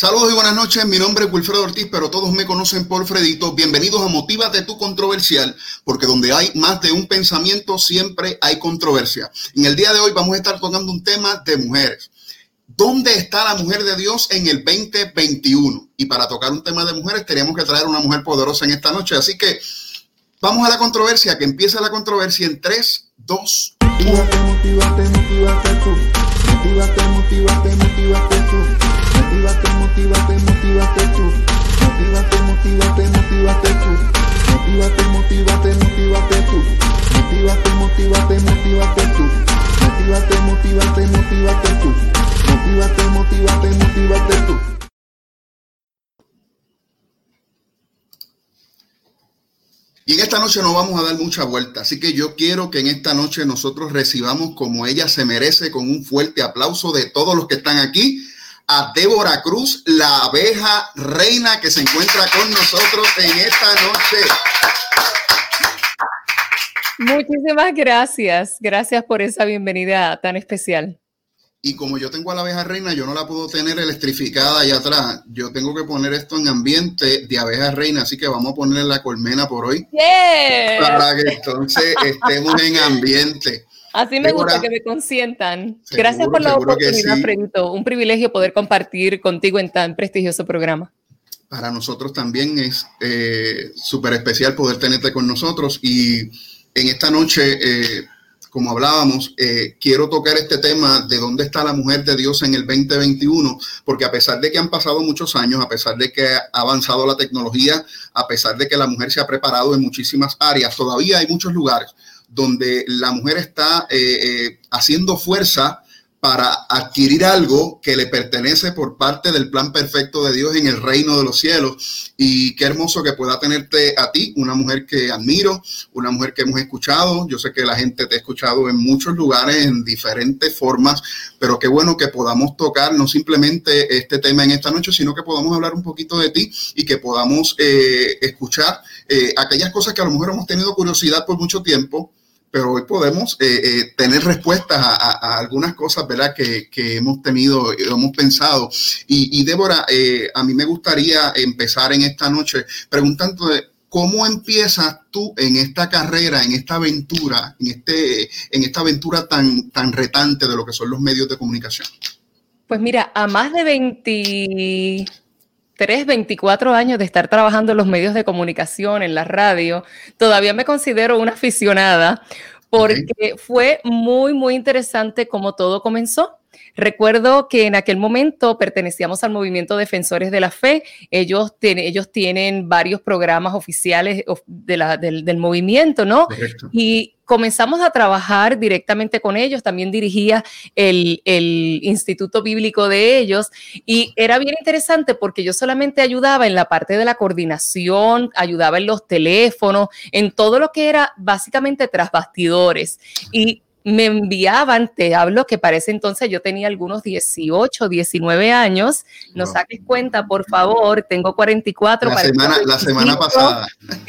Saludos y buenas noches, mi nombre es Wilfredo Ortiz, pero todos me conocen por Fredito. Bienvenidos a Motívate Tu Controversial, porque donde hay más de un pensamiento, siempre hay controversia. En el día de hoy vamos a estar tocando un tema de mujeres. ¿Dónde está la mujer de Dios en el 2021? Y para tocar un tema de mujeres, tenemos que traer una mujer poderosa en esta noche. Así que vamos a la controversia, que empiece la controversia en 3, 2, 1. Motívate, motívate tú. Motívate, motívate, motívate tú. Motívate, motívate, motívate tú. Motívate, motívate, motívate tú. Motívate, motívate, motívate tú. Motívate, motívate, motívate tú. Motívate, motívate, motívate tú. Motívate, motívate, motívate tú. Y en esta noche no vamos a dar mucha vuelta, así que yo quiero que en esta noche nosotros recibamos como ella se merece, con un fuerte aplauso de todos los que están aquí, a Débora Cruz, la abeja reina que se encuentra con nosotros en esta noche. Muchísimas gracias. Gracias por esa bienvenida tan especial. Y como yo tengo a la abeja reina, yo no la puedo tener electrificada allá atrás. Yo tengo que poner esto en ambiente de abeja reina, así que vamos a ponerle la colmena por hoy. Yeah. Para que entonces estemos en ambiente. Así me Débora, gusta que me consientan. seguro, Gracias por la oportunidad, sí. Fredito. Un privilegio poder compartir contigo en tan prestigioso programa. Para nosotros también es súper especial poder tenerte con nosotros. Y en esta noche, como hablábamos, quiero tocar este tema de dónde está la mujer de Dios en el 2021, porque a pesar de que han pasado muchos años, a pesar de que ha avanzado la tecnología, a pesar de que la mujer se ha preparado en muchísimas áreas, todavía hay muchos lugares donde la mujer está haciendo fuerza para adquirir algo que le pertenece por parte del plan perfecto de Dios en el reino de los cielos. Y qué hermoso que pueda tenerte a ti, una mujer que admiro, una mujer que hemos escuchado. Yo sé que la gente te ha escuchado en muchos lugares, en diferentes formas, pero qué bueno que podamos tocar no simplemente este tema en esta noche, sino que podamos hablar un poquito de ti y que podamos escuchar aquellas cosas que a lo mejor hemos tenido curiosidad por mucho tiempo, pero hoy podemos tener respuestas a algunas cosas, ¿verdad?, que hemos tenido, hemos pensado. Y Débora, a mí me gustaría empezar en esta noche preguntándote, ¿cómo empiezas tú en esta carrera, en esta aventura, en esta aventura tan retante de lo que son los medios de comunicación? Pues mira, a más de 24 años de estar trabajando en los medios de comunicación, en la radio, todavía me considero una aficionada porque fue muy, muy interesante cómo todo comenzó. Recuerdo que en aquel momento pertenecíamos al Movimiento Defensores de la Fe. Ellos tienen varios programas oficiales del movimiento, ¿no? Correcto. Y comenzamos a trabajar directamente con ellos. También dirigía el Instituto Bíblico de ellos. Y era bien interesante porque yo solamente ayudaba en la parte de la coordinación, ayudaba en los teléfonos, en todo lo que era básicamente tras bastidores. Y me enviaban, te hablo que para ese entonces yo tenía algunos 18, 19 años. No saques cuenta, por favor, tengo 44. La semana pasada.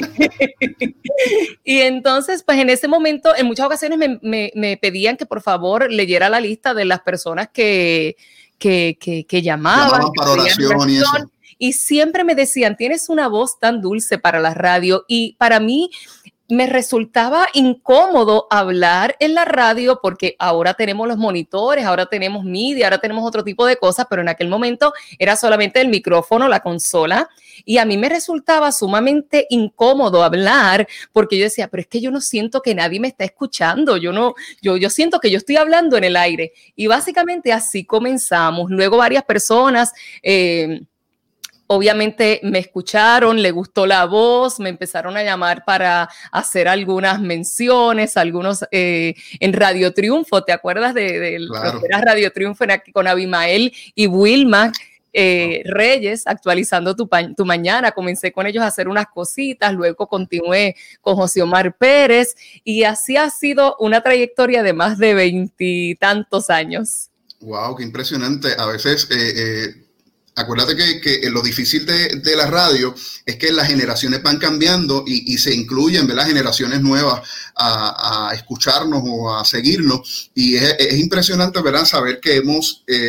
Y entonces, pues en ese momento, en muchas ocasiones me pedían que por favor leyera la lista de las personas que llamaban para oración y eso. Y siempre me decían, tienes una voz tan dulce para la radio. Y para mí me resultaba incómodo hablar en la radio porque ahora tenemos los monitores, ahora tenemos media, ahora tenemos otro tipo de cosas, pero en aquel momento era solamente el micrófono, la consola, y a mí me resultaba sumamente incómodo hablar porque yo decía, pero es que yo no siento que nadie me está escuchando, yo siento que yo estoy hablando en el aire. Y básicamente así comenzamos. Luego varias personas obviamente me escucharon, le gustó la voz, me empezaron a llamar para hacer algunas menciones, algunos en Radio Triunfo. ¿Te acuerdas de Claro. lo que era Radio Triunfo con Abimael y Wilma Reyes, actualizando tu mañana? Comencé con ellos a hacer unas cositas, luego continué con José Omar Pérez y así ha sido una trayectoria de más de 20 y tantos años. Wow, qué impresionante. A veces acuérdate que lo difícil de la radio es que las generaciones van cambiando y se incluyen, ¿verdad?, generaciones nuevas a escucharnos o a seguirnos. Y es impresionante, ¿verdad?, saber que hemos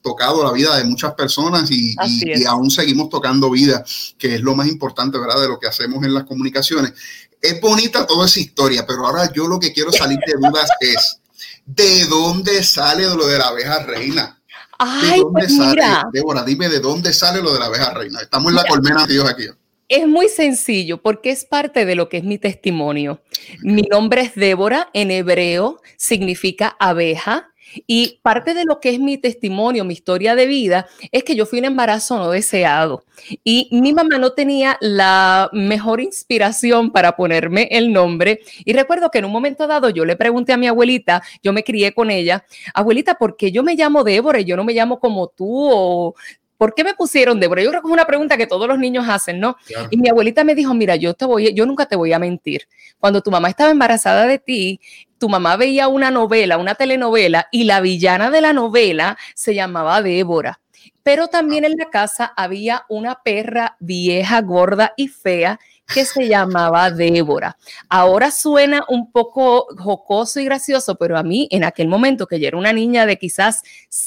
tocado la vida de muchas personas y aún seguimos tocando vida, que es lo más importante, ¿verdad?, de lo que hacemos en las comunicaciones. Es bonita toda esa historia, pero ahora yo lo que quiero salir de dudas es, ¿de dónde sale lo de la abeja reina? Ay, pues mira. Débora, dime, ¿de dónde sale lo de la abeja reina? Estamos en la colmena, tíos, aquí. Es muy sencillo porque es parte de lo que es mi testimonio. Mi nombre es Débora, en hebreo significa abeja. Y parte de lo que es mi testimonio, mi historia de vida, es que yo fui un embarazo no deseado y mi mamá no tenía la mejor inspiración para ponerme el nombre. Y recuerdo que en un momento dado yo le pregunté a mi abuelita, yo me crié con ella, abuelita, ¿por qué yo me llamo Débora y yo no me llamo como tú? O ¿por qué me pusieron Débora? Yo creo que es una pregunta que todos los niños hacen, ¿no? Claro. Y mi abuelita me dijo, mira, yo nunca te voy a mentir. Cuando tu mamá estaba embarazada de ti, tu mamá veía una novela, una telenovela, y la villana de la novela se llamaba Débora. Pero también en la casa había una perra vieja, gorda y fea que se llamaba Débora. Ahora suena un poco jocoso y gracioso, pero a mí en aquel momento, que yo era una niña de quizás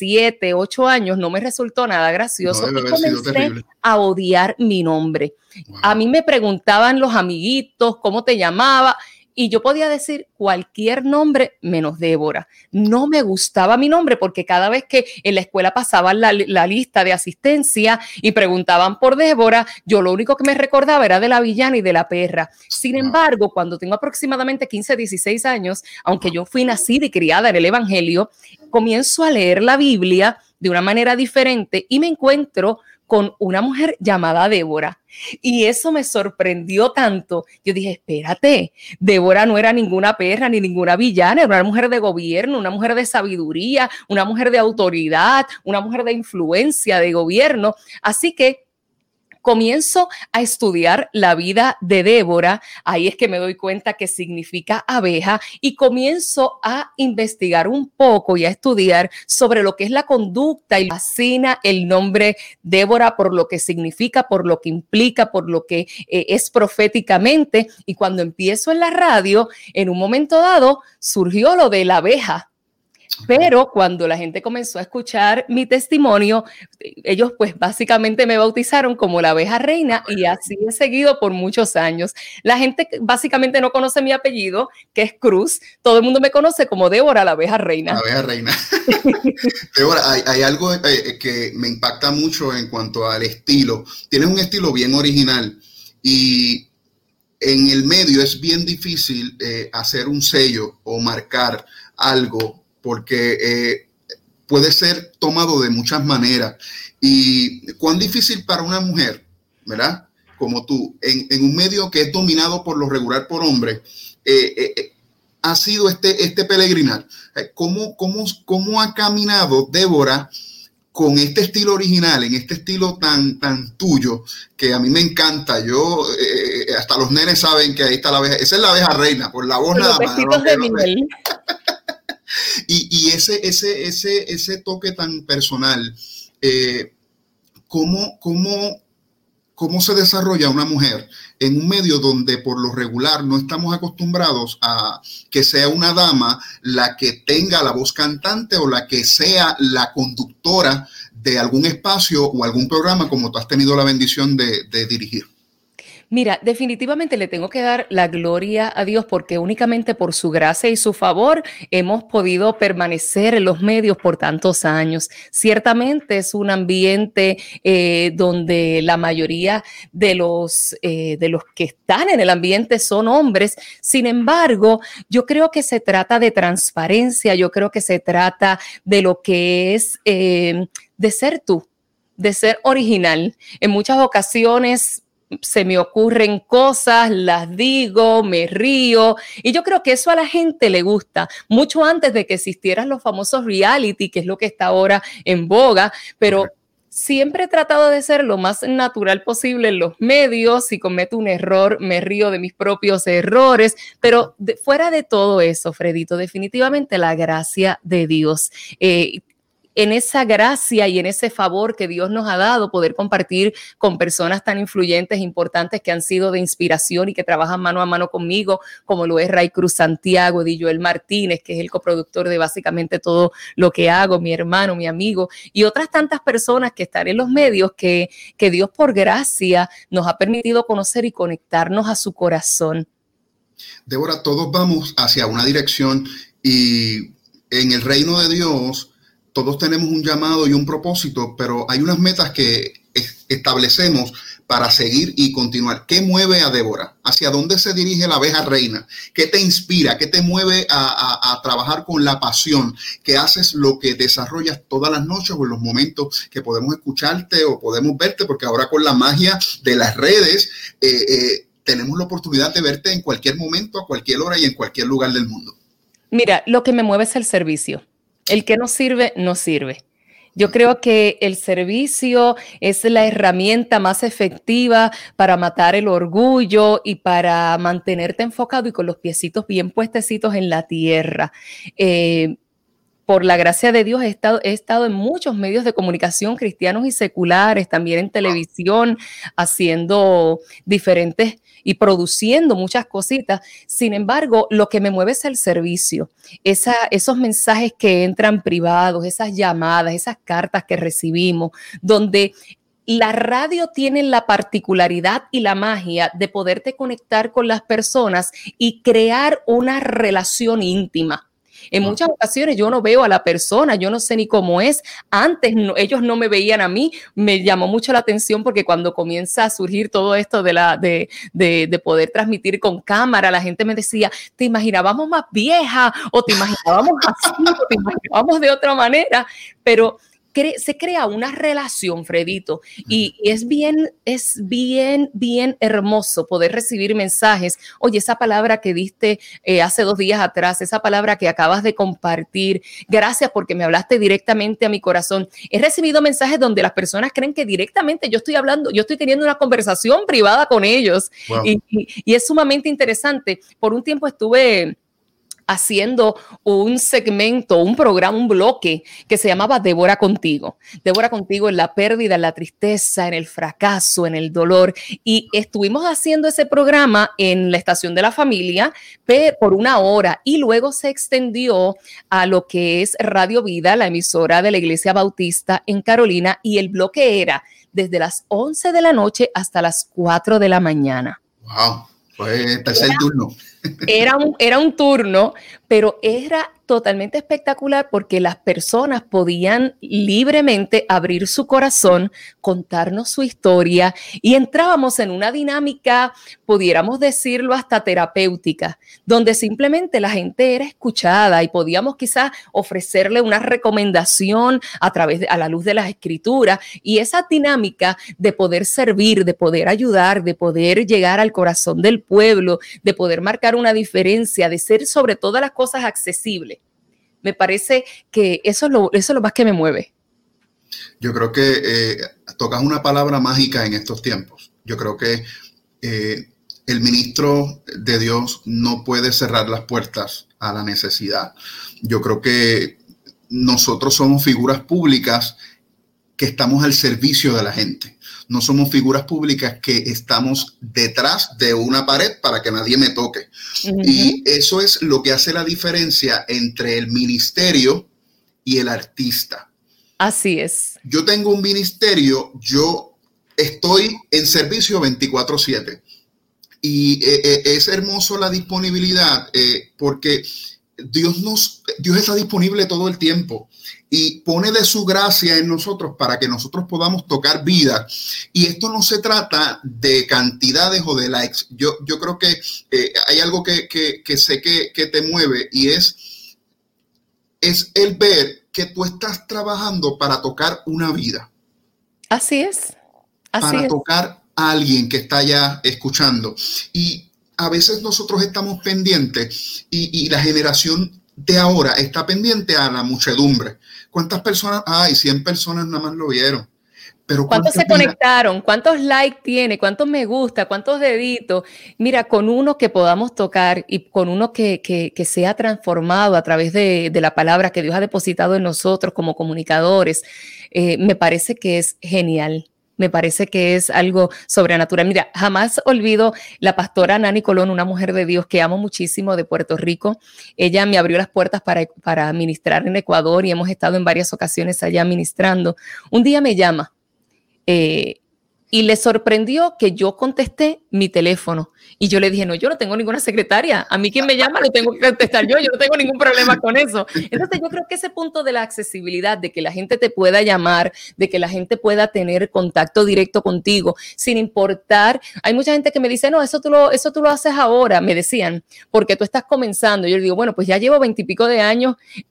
7, 8 años, no me resultó nada gracioso y comencé a odiar mi nombre. Wow. A mí me preguntaban los amiguitos cómo te llamaba y yo podía decir cualquier nombre menos Débora. No me gustaba mi nombre porque cada vez que en la escuela pasaban la lista de asistencia y preguntaban por Débora, yo lo único que me recordaba era de la villana y de la perra. Sin embargo, cuando tengo aproximadamente 15, 16 años, aunque yo fui nacida y criada en el Evangelio, comienzo a leer la Biblia de una manera diferente y me encuentro con una mujer llamada Débora. Y eso me sorprendió tanto. Yo dije, espérate, Débora no era ninguna perra ni ninguna villana, era una mujer de gobierno, una mujer de sabiduría, una mujer de autoridad, una mujer de influencia, de gobierno. Así que comienzo a estudiar la vida de Débora, ahí es que me doy cuenta que significa abeja y comienzo a investigar un poco y a estudiar sobre lo que es la conducta y me fascina el nombre Débora por lo que significa, por lo que implica, por lo que es proféticamente. Y cuando empiezo en la radio, en un momento dado surgió lo de la abeja. Pero cuando la gente comenzó a escuchar mi testimonio, ellos pues básicamente me bautizaron como la abeja reina y así he seguido por muchos años. La gente básicamente no conoce mi apellido, que es Cruz. Todo el mundo me conoce como Débora, la abeja reina. La abeja reina. Débora, hay algo que me impacta mucho en cuanto al estilo. Tienes un estilo bien original y en el medio es bien difícil hacer un sello o marcar algo porque puede ser tomado de muchas maneras. Y cuán difícil para una mujer, ¿verdad?, como tú, en un medio que es dominado por lo regular por hombres, ha sido este peregrinar. ¿Cómo ha caminado Débora con este estilo original, en este estilo tan tuyo, que a mí me encanta? Yo, hasta los nenes saben que ahí está la abeja. Esa es la abeja reina, por la voz nada más. Los de miel. Y ese toque tan personal, ¿cómo se desarrolla una mujer en un medio donde por lo regular no estamos acostumbrados a que sea una dama la que tenga la voz cantante o la que sea la conductora de algún espacio o algún programa como tú has tenido la bendición de dirigir? Mira, definitivamente le tengo que dar la gloria a Dios porque únicamente por su gracia y su favor hemos podido permanecer en los medios por tantos años. Ciertamente es un ambiente donde la mayoría de los que están en el ambiente son hombres. Sin embargo, yo creo que se trata de transparencia, yo creo que se trata de lo que es de ser tú, de ser original. En muchas ocasiones se me ocurren cosas, las digo, me río y yo creo que eso a la gente le gusta, mucho antes de que existieran los famosos reality, que es lo que está ahora en boga, pero siempre he tratado de ser lo más natural posible en los medios. Si cometo un error, me río de mis propios errores, pero fuera de todo eso, Fredito, definitivamente la gracia de Dios. en esa gracia y en ese favor que Dios nos ha dado, poder compartir con personas tan influyentes, importantes, que han sido de inspiración y que trabajan mano a mano conmigo, como lo es Ray Cruz Santiago, Di Joel Martínez, que es el coproductor de básicamente todo lo que hago, mi hermano, mi amigo, y otras tantas personas que están en los medios que Dios por gracia nos ha permitido conocer y conectarnos a su corazón. Débora, todos vamos hacia una dirección y en el reino de Dios todos tenemos un llamado y un propósito, pero hay unas metas que establecemos para seguir y continuar. ¿Qué mueve a Débora? ¿Hacia dónde se dirige la abeja reina? ¿Qué te inspira? ¿Qué te mueve a trabajar con la pasión? ¿Qué haces lo que desarrollas todas las noches o en los momentos que podemos escucharte o podemos verte? Porque ahora con la magia de las redes tenemos la oportunidad de verte en cualquier momento, a cualquier hora y en cualquier lugar del mundo. Mira, lo que me mueve es el servicio. El que no sirve, no sirve. Yo creo que el servicio es la herramienta más efectiva para matar el orgullo y para mantenerte enfocado y con los piecitos bien puestecitos en la tierra. Por la gracia de Dios he estado en muchos medios de comunicación cristianos y seculares, también en televisión, haciendo diferentes y produciendo muchas cositas. Sin embargo, lo que me mueve es el servicio, esos mensajes que entran privados, esas llamadas, esas cartas que recibimos, donde la radio tiene la particularidad y la magia de poderte conectar con las personas y crear una relación íntima. En muchas ocasiones yo no veo a la persona, yo no sé ni cómo es. Antes ellos no me veían a mí. Me llamó mucho la atención porque cuando comienza a surgir todo esto de poder transmitir con cámara, la gente me decía, ¿te imaginábamos más vieja? ¿O te imaginábamos así? ¿O te imaginábamos de otra manera? Pero se crea una relación, Fredito, y es bien hermoso poder recibir mensajes. Oye, esa palabra que diste hace 2 días atrás, esa palabra que acabas de compartir, gracias porque me hablaste directamente a mi corazón. He recibido mensajes donde las personas creen que directamente yo estoy teniendo una conversación privada con ellos. Wow. Y es sumamente interesante. Por un tiempo estuve haciendo un segmento, un programa, un bloque que se llamaba Débora Contigo. Débora Contigo en la pérdida, en la tristeza, en el fracaso, en el dolor. Y estuvimos haciendo ese programa en la estación de la familia por 1 hora y luego se extendió a lo que es Radio Vida, la emisora de la Iglesia Bautista en Carolina, y el bloque era desde las 11 de la noche hasta las 4 de la mañana. ¡Wow! Fue tercer turno. Era un turno, pero era totalmente espectacular porque las personas podían libremente abrir su corazón, contarnos su historia y entrábamos en una dinámica, pudiéramos decirlo hasta terapéutica, donde simplemente la gente era escuchada y podíamos quizás ofrecerle una recomendación a la luz de las escrituras, y esa dinámica de poder servir, de poder ayudar, de poder llegar al corazón del pueblo, de poder marcar una diferencia, de ser sobre todas las cosas accesible. Me parece que eso es lo más que me mueve. Yo creo que tocas una palabra mágica en estos tiempos. Yo creo que el ministro de Dios no puede cerrar las puertas a la necesidad. Yo creo que nosotros somos figuras públicas que estamos al servicio de la gente. No somos figuras públicas que estamos detrás de una pared para que nadie me toque. Uh-huh. Y eso es lo que hace la diferencia entre el ministerio y el artista. Así es. Yo tengo un ministerio, yo estoy en servicio 24/7. Y es hermoso la disponibilidad porque Dios está disponible todo el tiempo y pone de su gracia en nosotros para que nosotros podamos tocar vida. Y esto no se trata de cantidades o de likes. Yo creo que hay algo que sé que te mueve y es el ver que tú estás trabajando para tocar una vida. Así es. Para tocar a alguien que está ya escuchando. Y a veces nosotros estamos pendientes y la generación de ahora está pendiente a la muchedumbre. ¿Cuántas personas hay? 100 personas nada más lo vieron. Pero ¿cuántos se conectaron? ¿Cuántos likes tiene? ¿Cuántos me gusta? ¿Cuántos deditos? Mira, con uno que podamos tocar y con uno que sea transformado a través de la palabra que Dios ha depositado en nosotros como comunicadores, me parece que es genial. Me parece que es algo sobrenatural. Mira, jamás olvido la pastora Nani Colón, una mujer de Dios que amo muchísimo de Puerto Rico. Ella me abrió las puertas para ministrar en Ecuador y hemos estado en varias ocasiones allá ministrando. Un día me llama y le sorprendió que yo contesté mi teléfono. Y yo le dije, no, yo no tengo ninguna secretaria. A mí quien me llama lo tengo que contestar yo no tengo ningún problema con eso. Entonces yo creo que ese punto de la accesibilidad, de que la gente te pueda llamar, de que la gente pueda tener contacto directo contigo, sin importar. Hay mucha gente que me dice, no, eso tú lo haces ahora, me decían, porque tú estás comenzando. Yo le digo, bueno, pues ya llevo 20 y pico de años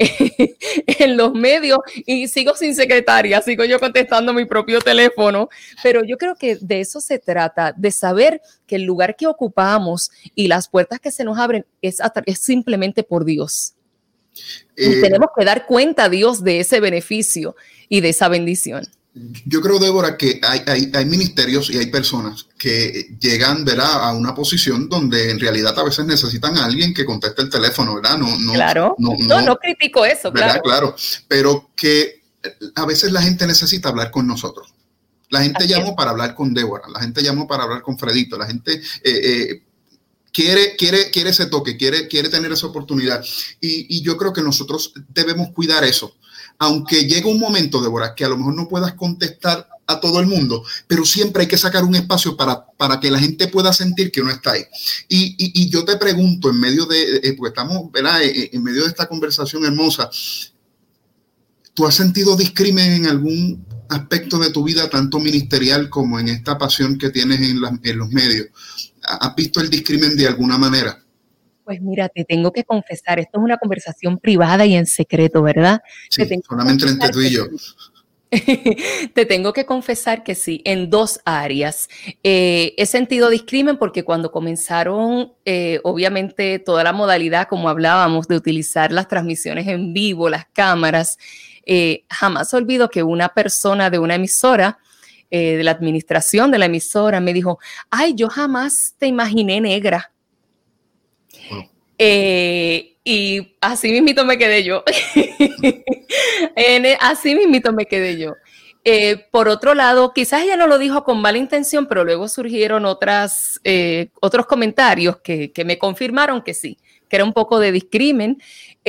en los medios y sigo sin secretaria, sigo yo contestando mi propio teléfono. Pero yo creo que de eso se trata, de saber que el lugar que ocupamos y las puertas que se nos abren es simplemente por Dios. Y tenemos que dar cuenta a Dios de ese beneficio y de esa bendición. Yo creo, Débora, que hay ministerios y hay personas que llegan, ¿verdad?, a una posición donde en realidad a veces necesitan a alguien que conteste el teléfono, ¿verdad? No critico eso, ¿verdad? Claro, pero que a veces la gente necesita hablar con nosotros. La gente llamó para hablar con Débora, la gente llamó para hablar con Fredito, la gente quiere ese toque, quiere tener esa oportunidad. Y yo creo que nosotros debemos cuidar eso. Aunque llegue un momento, Débora, que a lo mejor no puedas contestar a todo el mundo, pero siempre hay que sacar un espacio para que la gente pueda sentir que uno está ahí. Y yo te pregunto, en medio de, porque estamos, ¿verdad?, en medio de esta conversación hermosa, ¿tú has sentido discrimen en algún aspecto de tu vida, tanto ministerial como en esta pasión que tienes en los medios? ¿Has visto el discrimen de alguna manera? Pues mira, te tengo que confesar, esto es una conversación privada y en secreto, ¿verdad? Sí, solamente entre tú y yo. Te tengo que confesar que sí, en dos áreas. He sentido discrimen porque cuando comenzaron, obviamente, toda la modalidad, como hablábamos, de utilizar las transmisiones en vivo, las cámaras, jamás olvido que una persona de una emisora, de la administración de la emisora, me dijo, ay, yo jamás te imaginé negra. Oh. Y así mismito me quedé yo. Así mismito me quedé yo. Por otro lado, quizás ella no lo dijo con mala intención, pero luego surgieron otros comentarios que me confirmaron que sí, que era un poco de discrimen.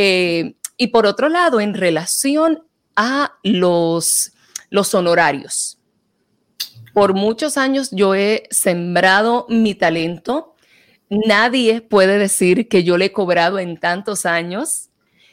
Y por otro lado, en relación a los honorarios. Por muchos años yo he sembrado mi talento. Nadie puede decir que yo le he cobrado en tantos años.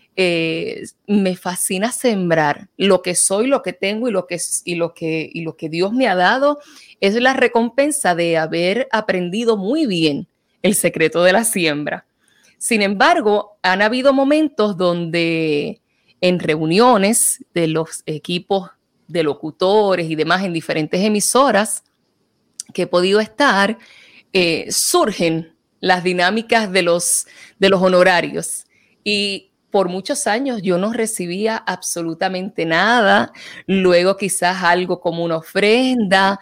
Me fascina sembrar lo que soy, lo que tengo y lo que Dios me ha dado. Es la recompensa de haber aprendido muy bien el secreto de la siembra. Sin embargo, han habido momentos donde en reuniones de los equipos de locutores y demás en diferentes emisoras que he podido estar, surgen las dinámicas de los honorarios. Y por muchos años yo no recibía absolutamente nada, luego quizás algo como una ofrenda,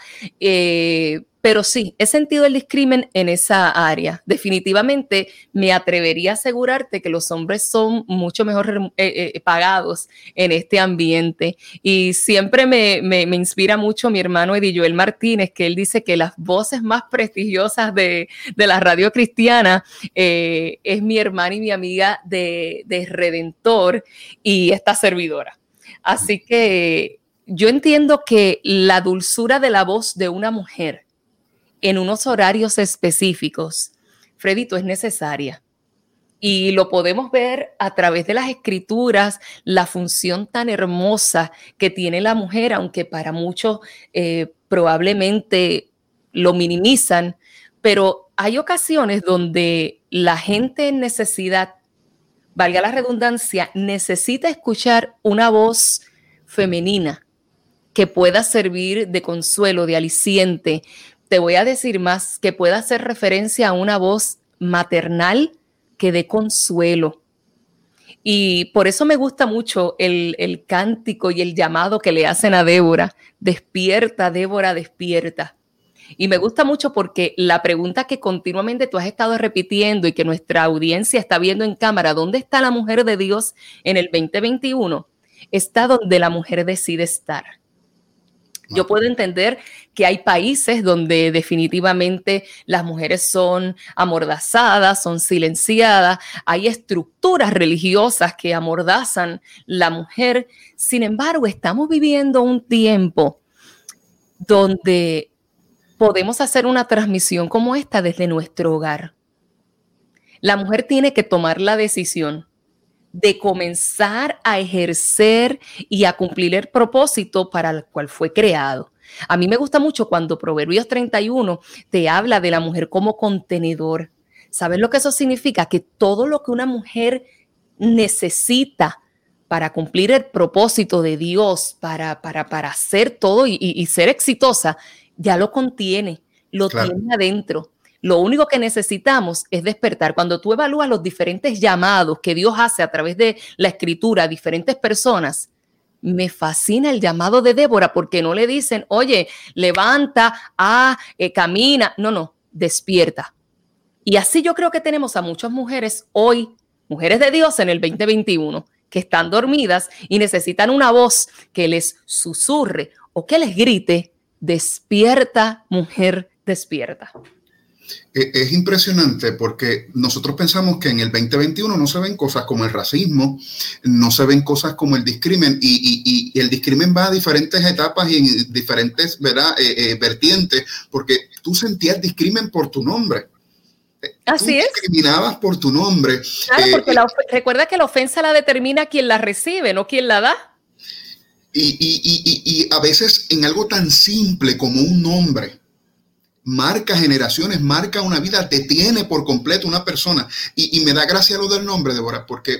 pero sí, he sentido el discrimen en esa área. Definitivamente me atrevería a asegurarte que los hombres son mucho mejor pagados en este ambiente. Y siempre me inspira mucho mi hermano Eddie Joel Martínez, que él dice que las voces más prestigiosas de la radio cristiana es mi hermana y mi amiga de Redentor y esta servidora. Así que yo entiendo que la dulzura de la voz de una mujer en unos horarios específicos, Fredito, es necesaria. Y lo podemos ver a través de las escrituras, la función tan hermosa que tiene la mujer, aunque para muchos probablemente lo minimizan, pero hay ocasiones donde la gente en necesidad, valga la redundancia, necesita escuchar una voz femenina que pueda servir de consuelo, de aliciente. Te voy a decir más, que pueda hacer referencia a una voz maternal que dé consuelo. Y por eso me gusta mucho el cántico y el llamado que le hacen a Débora. Despierta, Débora, despierta. Y me gusta mucho porque la pregunta que continuamente tú has estado repitiendo y que nuestra audiencia está viendo en cámara, ¿dónde está la mujer de Dios en el 2021? Está donde la mujer decide estar. Yo puedo entender que hay países donde definitivamente las mujeres son amordazadas, son silenciadas, hay estructuras religiosas que amordazan la mujer. Sin embargo, estamos viviendo un tiempo donde podemos hacer una transmisión como esta desde nuestro hogar. La mujer tiene que tomar la decisión de comenzar a ejercer y a cumplir el propósito para el cual fue creado. A mí me gusta mucho cuando Proverbios 31 te habla de la mujer como contenedor. ¿Sabes lo que eso significa? Que todo lo que una mujer necesita para cumplir el propósito de Dios, para hacer todo y ser exitosa, ya lo contiene, lo tiene adentro. Lo único que necesitamos es despertar. Cuando tú evalúas los diferentes llamados que Dios hace a través de la escritura a diferentes personas, me fascina el llamado de Débora porque no le dicen, oye, levanta, camina. No, despierta. Y así yo creo que tenemos a muchas mujeres hoy, mujeres de Dios en el 2021, que están dormidas y necesitan una voz que les susurre o que les grite, despierta, mujer, despierta. Es impresionante porque nosotros pensamos que en el 2021 no se ven cosas como el racismo, no se ven cosas como el discrimen y el discrimen va a diferentes etapas y en diferentes vertientes, porque tú sentías discrimen por tu nombre. Así es. Discriminabas por tu nombre. Claro, porque recuerda que la ofensa la determina quien la recibe, no quien la da. Y a veces en algo tan simple como un nombre, marca generaciones, marca una vida, detiene por completo una persona. Y me da gracia lo del nombre, Débora, porque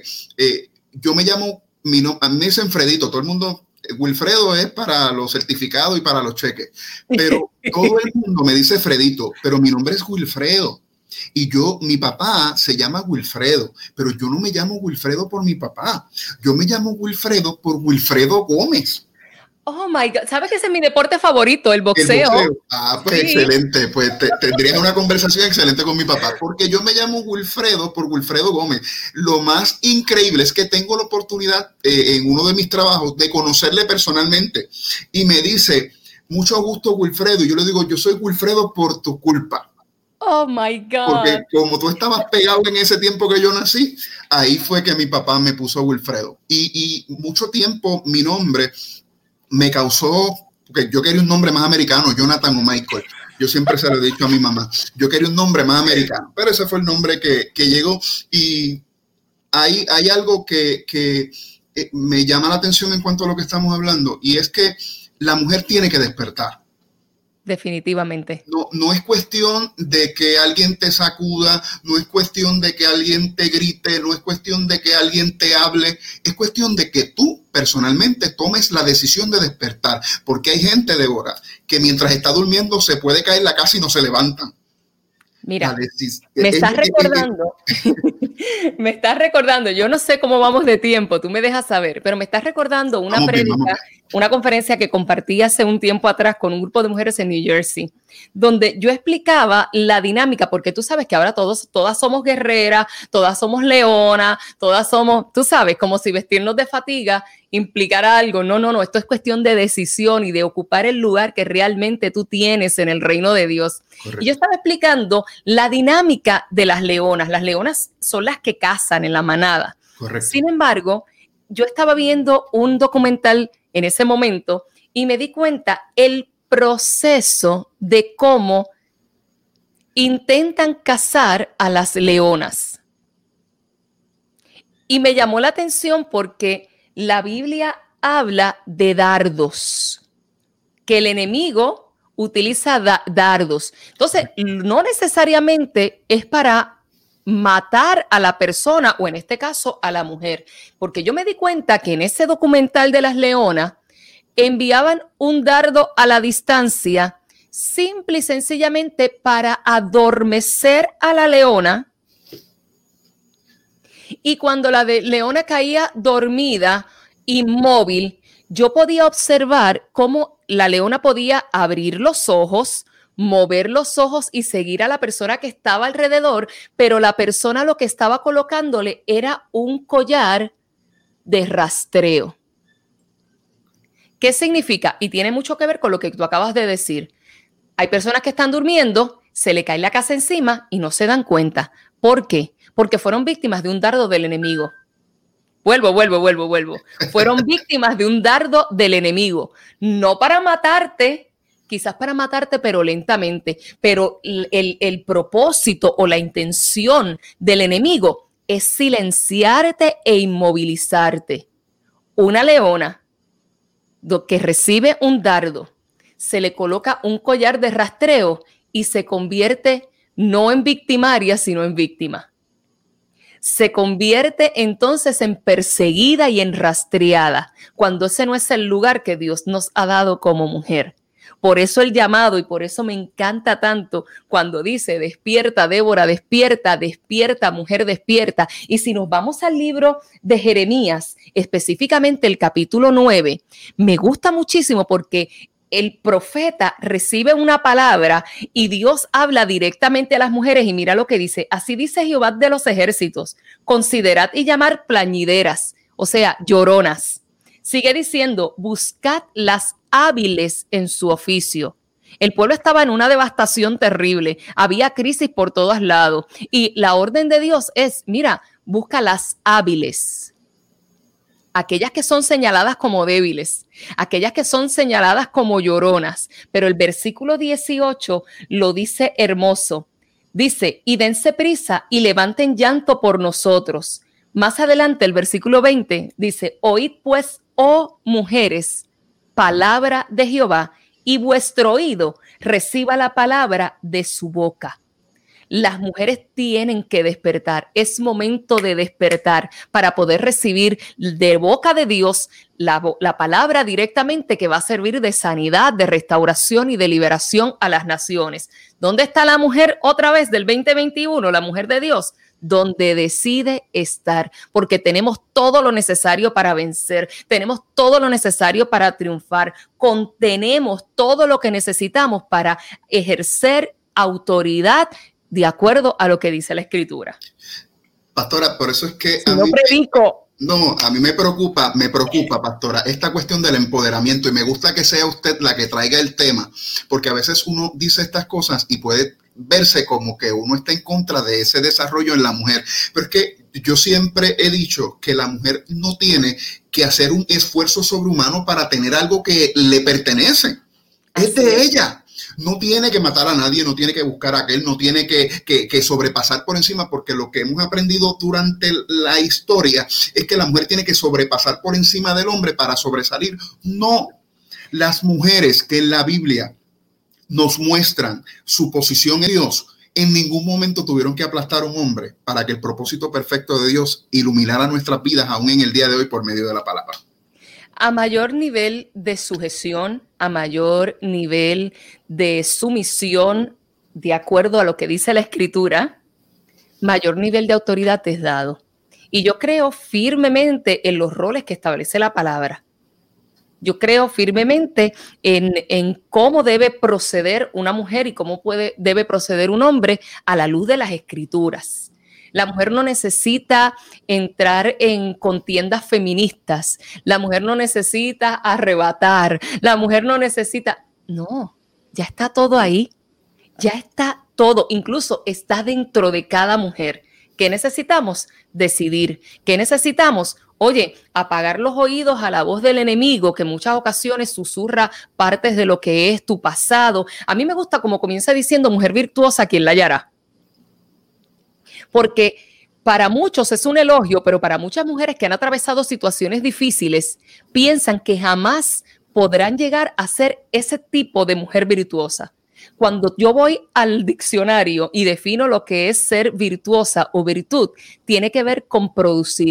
yo me llamo, a mí me dicen Fredito, todo el mundo, Wilfredo es para los certificados y para los cheques, pero todo el mundo me dice Fredito, pero mi nombre es Wilfredo. Y mi papá se llama Wilfredo, pero yo no me llamo Wilfredo por mi papá, yo me llamo Wilfredo por Wilfredo Gómez. Oh my God, ¿sabes que ese es mi deporte favorito, el boxeo? Pues sí. Excelente, pues tendrías una conversación excelente con mi papá, porque yo me llamo Wilfredo por Wilfredo Gómez. Lo más increíble es que tengo la oportunidad en uno de mis trabajos de conocerle personalmente y me dice, mucho gusto Wilfredo, y yo le digo, yo soy Wilfredo por tu culpa. Oh my God. Porque como tú estabas pegado en ese tiempo que yo nací, ahí fue que mi papá me puso Wilfredo. Y mucho tiempo mi nombre me causó, porque yo quería un nombre más americano, Jonathan o Michael. Yo siempre se lo he dicho a mi mamá, yo quería un nombre más americano, pero ese fue el nombre que llegó. Y hay algo que me llama la atención en cuanto a lo que estamos hablando, y es que la mujer tiene que despertar. Definitivamente. No es cuestión de que alguien te sacuda, no es cuestión de que alguien te grite, no es cuestión de que alguien te hable, es cuestión de que tú personalmente tomes la decisión de despertar, porque hay gente, Débora, que mientras está durmiendo se puede caer la casa y no se levantan. Mira, me estás recordando, me estás recordando, yo no sé cómo vamos de tiempo, tú me dejas saber, pero me estás recordando una prédica, una conferencia que compartí hace un tiempo atrás con un grupo de mujeres en New Jersey, donde yo explicaba la dinámica, porque tú sabes que ahora todas somos guerreras, todas somos leonas, todas somos, tú sabes, como si vestirnos de fatiga implicara algo. No, esto es cuestión de decisión y de ocupar el lugar que realmente tú tienes en el reino de Dios. Correcto. Y yo estaba explicando la dinámica de las leonas. Las leonas son las que cazan en la manada. Correcto. Sin embargo, yo estaba viendo un documental en ese momento y me di cuenta el proceso de cómo intentan cazar a las leonas. Y me llamó la atención porque la Biblia habla de dardos, que el enemigo utiliza dardos. Entonces, no necesariamente es para matar a la persona o en este caso a la mujer, porque yo me di cuenta que en ese documental de las leonas enviaban un dardo a la distancia simple y sencillamente para adormecer a la leona Y cuando la leona caía dormida, inmóvil, yo podía observar cómo la leona podía abrir los ojos, mover los ojos y seguir a la persona que estaba alrededor, pero la persona lo que estaba colocándole era un collar de rastreo. ¿Qué significa? Y tiene mucho que ver con lo que tú acabas de decir. Hay personas que están durmiendo, se le cae la casa encima y no se dan cuenta. ¿Por qué? Porque fueron víctimas de un dardo del enemigo. Vuelvo. Fueron víctimas de un dardo del enemigo. No para matarte, quizás para matarte, pero lentamente. Pero el propósito o la intención del enemigo es silenciarte e inmovilizarte. Una leona que recibe un dardo, se le coloca un collar de rastreo y se convierte no en victimaria, sino en víctima. Se convierte entonces en perseguida y en rastreada, cuando ese no es el lugar que Dios nos ha dado como mujer. Por eso el llamado, y por eso me encanta tanto cuando dice: despierta, Débora, despierta, despierta, mujer, despierta. Y si nos vamos al libro de Jeremías, específicamente el capítulo 9, me gusta muchísimo porque el profeta recibe una palabra y Dios habla directamente a las mujeres y mira lo que dice. Así dice Jehová de los ejércitos: considerad y llamar plañideras, o sea, lloronas. Sigue diciendo: buscad las hábiles en su oficio. El pueblo estaba en una devastación terrible, había crisis por todos lados y la orden de Dios es: mira, busca las hábiles, aquellas que son señaladas como débiles, aquellas que son señaladas como lloronas. Pero el versículo 18 lo dice hermoso. Dice: y dense prisa y levanten llanto por nosotros. Más adelante, el versículo 20 dice: oíd pues, oh mujeres, palabra de Jehová, y vuestro oído reciba la palabra de su boca. Las mujeres tienen que despertar. Es momento de despertar para poder recibir de boca de Dios la palabra directamente, que va a servir de sanidad, de restauración y de liberación a las naciones. ¿Dónde está la mujer otra vez del 2021? La mujer de Dios, donde decide estar, porque tenemos todo lo necesario para vencer, tenemos todo lo necesario para triunfar, contenemos todo lo que necesitamos para ejercer autoridad de acuerdo a lo que dice la Escritura. Pastora, por eso es que si no predico. A mí me preocupa, pastora, esta cuestión del empoderamiento, y me gusta que sea usted la que traiga el tema, porque a veces uno dice estas cosas y puede verse como que uno está en contra de ese desarrollo en la mujer. Pero es que yo siempre he dicho que la mujer no tiene que hacer un esfuerzo sobrehumano para tener algo que le pertenece. Es de ella. No tiene que matar a nadie, no tiene que buscar a aquel, no tiene que sobrepasar por encima, porque lo que hemos aprendido durante la historia es que la mujer tiene que sobrepasar por encima del hombre para sobresalir. No, las mujeres que en la Biblia nos muestran su posición en Dios, en ningún momento tuvieron que aplastar a un hombre para que el propósito perfecto de Dios iluminara nuestras vidas aún en el día de hoy por medio de la palabra. A mayor nivel de sujeción, a mayor nivel de sumisión, de acuerdo a lo que dice la Escritura, mayor nivel de autoridad es dado. Y yo creo firmemente en los roles que establece la palabra. Yo creo firmemente en cómo debe proceder una mujer y cómo debe proceder un hombre a la luz de las Escrituras. La mujer no necesita entrar en contiendas feministas. La mujer no necesita arrebatar. La mujer no necesita... No, ya está todo ahí. Ya está todo. Incluso está dentro de cada mujer. ¿Qué necesitamos? Decidir. ¿Qué necesitamos? Oye, apagar los oídos a la voz del enemigo, que en muchas ocasiones susurra partes de lo que es tu pasado. A mí me gusta como comienza diciendo: mujer virtuosa, ¿quién la hallará? Porque para muchos es un elogio, pero para muchas mujeres que han atravesado situaciones difíciles, piensan que jamás podrán llegar a ser ese tipo de mujer virtuosa. Cuando yo voy al diccionario y defino lo que es ser virtuosa o virtud, tiene que ver con producir.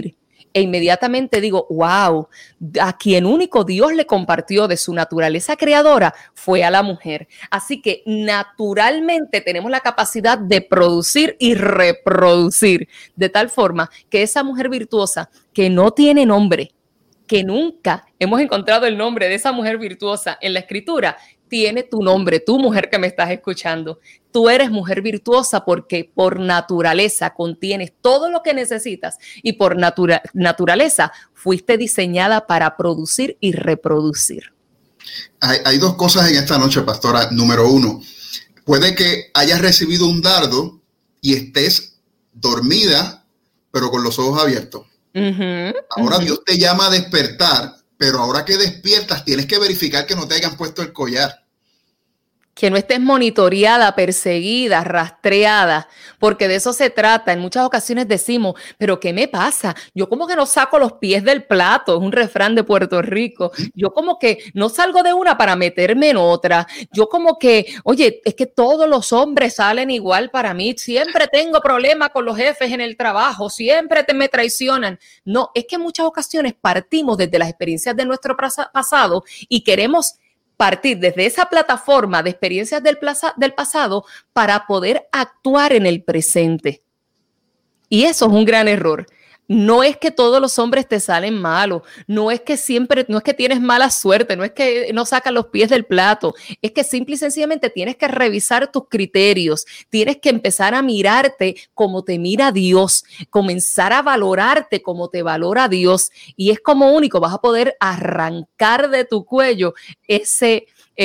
E inmediatamente digo, wow, a quien único Dios le compartió de su naturaleza creadora fue a la mujer. Así que naturalmente tenemos la capacidad de producir y reproducir, de tal forma que esa mujer virtuosa que no tiene nombre, que nunca hemos encontrado el nombre de esa mujer virtuosa en la Escritura, tiene tu nombre, tú mujer que me estás escuchando. Tú eres mujer virtuosa porque por naturaleza contienes todo lo que necesitas y por naturaleza fuiste diseñada para producir y reproducir. Hay dos cosas en esta noche, pastora. Número uno, puede que hayas recibido un dardo y estés dormida, pero con los ojos abiertos. Ahora Dios te llama a despertar, pero ahora que despiertas tienes que verificar que no te hayan puesto el collar. Que no estés monitoreada, perseguida, rastreada, porque de eso se trata. En muchas ocasiones decimos, pero ¿qué me pasa? Yo como que no saco los pies del plato, es un refrán de Puerto Rico. Yo como que no salgo de una para meterme en otra. Yo como que, oye, es que todos los hombres salen igual para mí. Siempre tengo problemas con los jefes en el trabajo, siempre me traicionan. No, es que en muchas ocasiones partimos desde las experiencias de nuestro pasado y queremos partir desde esa plataforma de experiencias del pasado para poder actuar en el presente. Y eso es un gran error. No es que todos los hombres te salen malos, no es que tienes mala suerte, no es que no sacas los pies del plato, es que simple y sencillamente tienes que revisar tus criterios, tienes que empezar a mirarte como te mira Dios, comenzar a valorarte como te valora Dios, y es como único vas a poder arrancar de tu cuello ese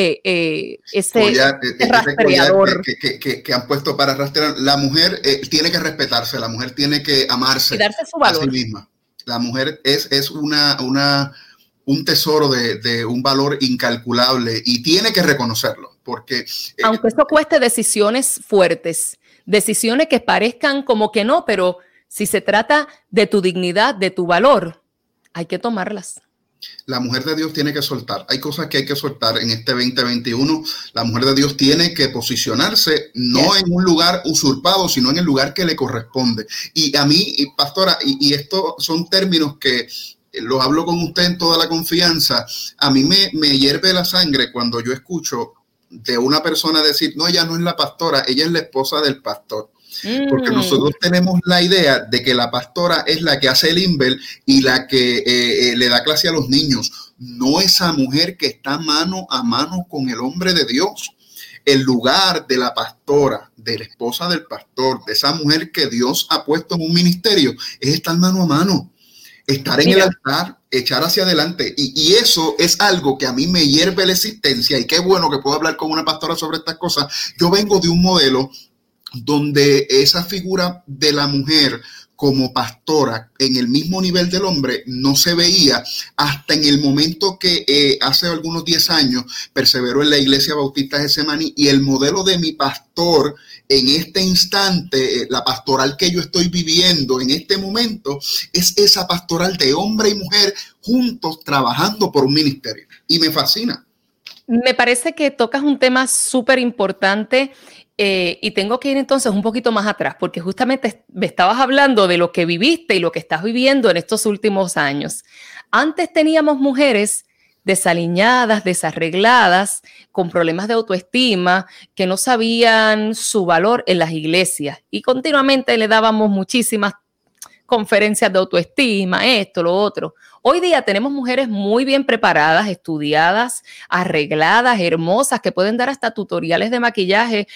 rastreador que han puesto para rastrear. La mujer tiene que respetarse, la mujer tiene que amarse y darse su valor a sí misma. La mujer es un tesoro de un valor incalculable y tiene que reconocerlo, porque aunque eso cueste decisiones fuertes, decisiones que parezcan como que no, pero si se trata de tu dignidad, de tu valor, hay que tomarlas. La mujer de Dios tiene que soltar. Hay cosas que hay que soltar en este 2021. La mujer de Dios tiene que posicionarse no en un lugar usurpado, sino en el lugar que le corresponde. Y a mí, pastora, y estos son términos que los hablo con usted en toda la confianza, a mí me hierve la sangre cuando yo escucho de una persona decir, no, ella no es la pastora, ella es la esposa del pastor. Porque nosotros tenemos la idea de que la pastora es la que hace el Inver y la que le da clase a los niños. No esa mujer que está mano a mano con el hombre de Dios. El lugar de la pastora, de la esposa del pastor, de esa mujer que Dios ha puesto en un ministerio, es estar mano a mano, estar en el altar, echar hacia adelante. Y eso es algo que a mí me hierve la existencia, y qué bueno que puedo hablar con una pastora sobre estas cosas. Yo vengo de un modelo donde esa figura de la mujer como pastora en el mismo nivel del hombre no se veía hasta en el momento que hace algunos 10 años perseveró en la Iglesia Bautista Getsemaní, y el modelo de mi pastor en este instante, la pastoral que yo estoy viviendo en este momento, es esa pastoral de hombre y mujer juntos trabajando por un ministerio, y me fascina. Me parece que tocas un tema súper importante. Y tengo que ir entonces un poquito más atrás, porque justamente me estabas hablando de lo que viviste y lo que estás viviendo en estos últimos años. Antes teníamos mujeres desaliñadas, desarregladas, con problemas de autoestima, que no sabían su valor en las iglesias, y continuamente le dábamos muchísimas conferencias de autoestima, esto, lo otro. Hoy día tenemos mujeres muy bien preparadas, estudiadas, arregladas, hermosas, que pueden dar hasta tutoriales de maquillaje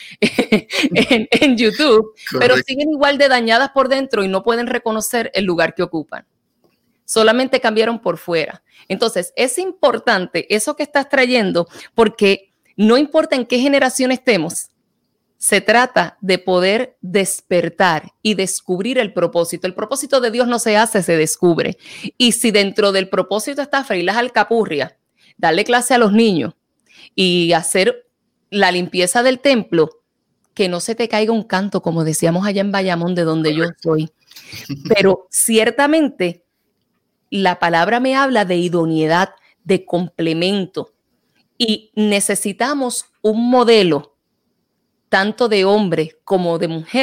en YouTube, pero siguen igual de dañadas por dentro y no pueden reconocer el lugar que ocupan. Solamente cambiaron por fuera. Entonces, es importante eso que estás trayendo, porque no importa en qué generación estemos, se trata de poder despertar y descubrir el propósito. El propósito de Dios no se hace, se descubre. Y si dentro del propósito está freír las alcapurrias, darle clase a los niños y hacer la limpieza del templo, que no se te caiga un canto, como decíamos allá en Bayamón, de donde yo soy. Pero ciertamente la palabra me habla de idoneidad, de complemento. Y necesitamos un modelo tanto de hombre como de mujer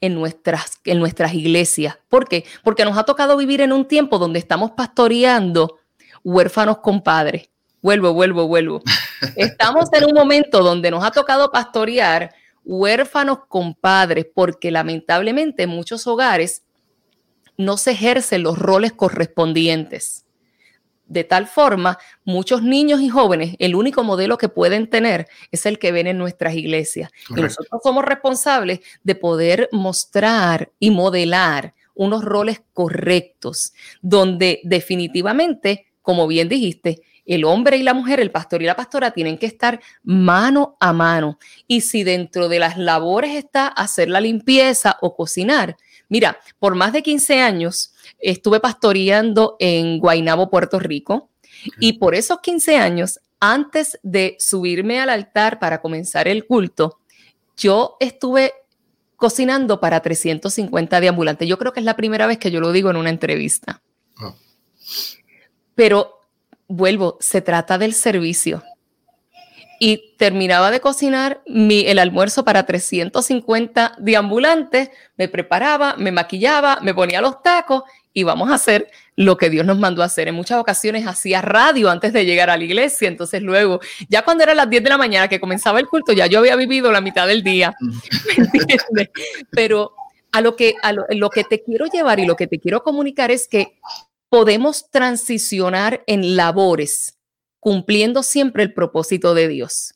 en nuestras iglesias. ¿Por qué? Porque nos ha tocado vivir en un tiempo donde estamos pastoreando huérfanos con padres. Vuelvo. Estamos en un momento donde nos ha tocado pastorear huérfanos con padres, porque lamentablemente en muchos hogares no se ejercen los roles correspondientes. De tal forma, muchos niños y jóvenes, el único modelo que pueden tener es el que ven en nuestras iglesias. Correcto. Y nosotros somos responsables de poder mostrar y modelar unos roles correctos, donde definitivamente, como bien dijiste, el hombre y la mujer, el pastor y la pastora tienen que estar mano a mano. Y si dentro de las labores está hacer la limpieza o cocinar, mira, por más de 15 años estuve pastoreando en Guaynabo, Puerto Rico, y por esos 15 años, antes de subirme al altar para comenzar el culto, yo estuve cocinando para 350 deambulantes. Yo creo que es la primera vez que yo lo digo en una entrevista. Oh. Pero vuelvo, se trata del servicio. Y terminaba de cocinar el almuerzo para 350 deambulantes, me preparaba, me maquillaba, me ponía los tacos y vamos a hacer lo que Dios nos mandó a hacer. En muchas ocasiones hacía radio antes de llegar a la iglesia, entonces luego, ya cuando eran las 10 de la mañana que comenzaba el culto, ya yo había vivido la mitad del día, ¿me entiendes? Pero lo que te quiero llevar y lo que te quiero comunicar es que podemos transicionar en labores, cumpliendo siempre el propósito de Dios.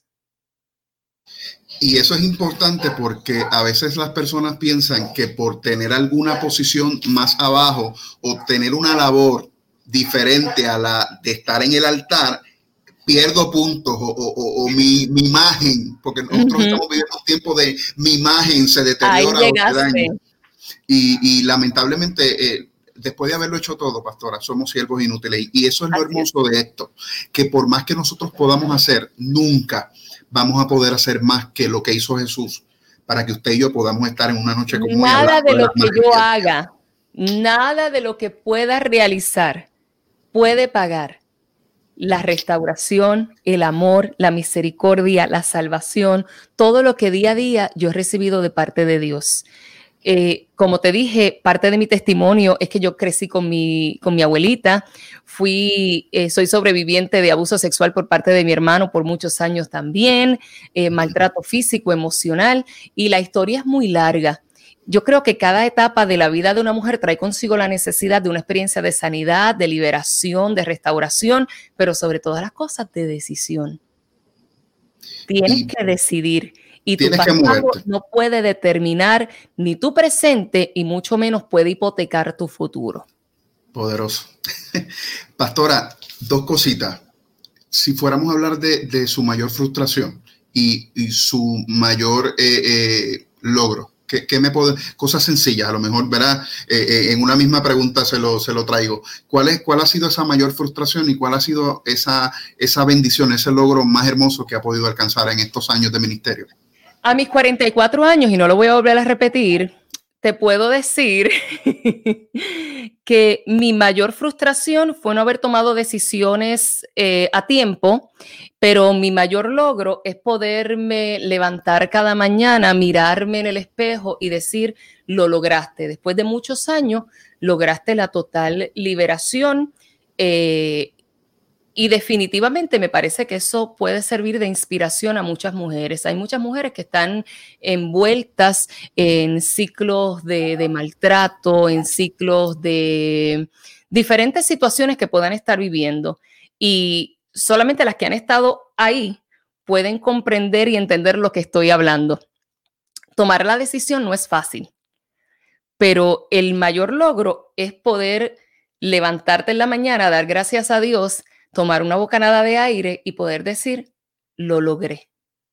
Y eso es importante porque a veces las personas piensan que por tener alguna posición más abajo o tener una labor diferente a la de estar en el altar, pierdo puntos o mi imagen, porque nosotros estamos viviendo un tiempo de mi imagen se deteriora o se daña. Y lamentablemente, después de haberlo hecho todo, pastora, somos siervos inútiles. Y eso es lo hermoso de esto, que por más que nosotros podamos hacer, nunca vamos a poder hacer más que lo que hizo Jesús para que usted y yo podamos estar en una noche como hoy. Nada de lo que yo haga, nada de lo que pueda realizar puede pagar la restauración, el amor, la misericordia, la salvación, todo lo que día a día yo he recibido de parte de Dios. Como te dije, parte de mi testimonio es que yo crecí con mi abuelita, soy sobreviviente de abuso sexual por parte de mi hermano por muchos años también, maltrato físico, emocional, y la historia es muy larga. Yo creo que cada etapa de la vida de una mujer trae consigo la necesidad de una experiencia de sanidad, de liberación, de restauración, pero sobre todas las cosas de decisión. Tienes que decidir. Y tu pasado no puede determinar ni tu presente y mucho menos puede hipotecar tu futuro. Poderoso. Pastora, dos cositas. Si fuéramos a hablar de su mayor frustración y su mayor logro, ¿qué me puede? Cosas sencillas, a lo mejor, ¿verdad? En una misma pregunta se lo traigo. ¿Cuál ha sido esa mayor frustración y cuál ha sido esa bendición, ese logro más hermoso que ha podido alcanzar en estos años de ministerio? A mis 44 años, y no lo voy a volver a repetir, te puedo decir que mi mayor frustración fue no haber tomado decisiones a tiempo, pero mi mayor logro es poderme levantar cada mañana, mirarme en el espejo y decir, lo lograste. Después de muchos años, lograste la total liberación. Y definitivamente me parece que eso puede servir de inspiración a muchas mujeres. Hay muchas mujeres que están envueltas en ciclos de maltrato, en ciclos de diferentes situaciones que puedan estar viviendo. Y solamente las que han estado ahí pueden comprender y entender lo que estoy hablando. Tomar la decisión no es fácil, pero el mayor logro es poder levantarte en la mañana, dar gracias a Dios, tomar una bocanada de aire y poder decir, lo logré.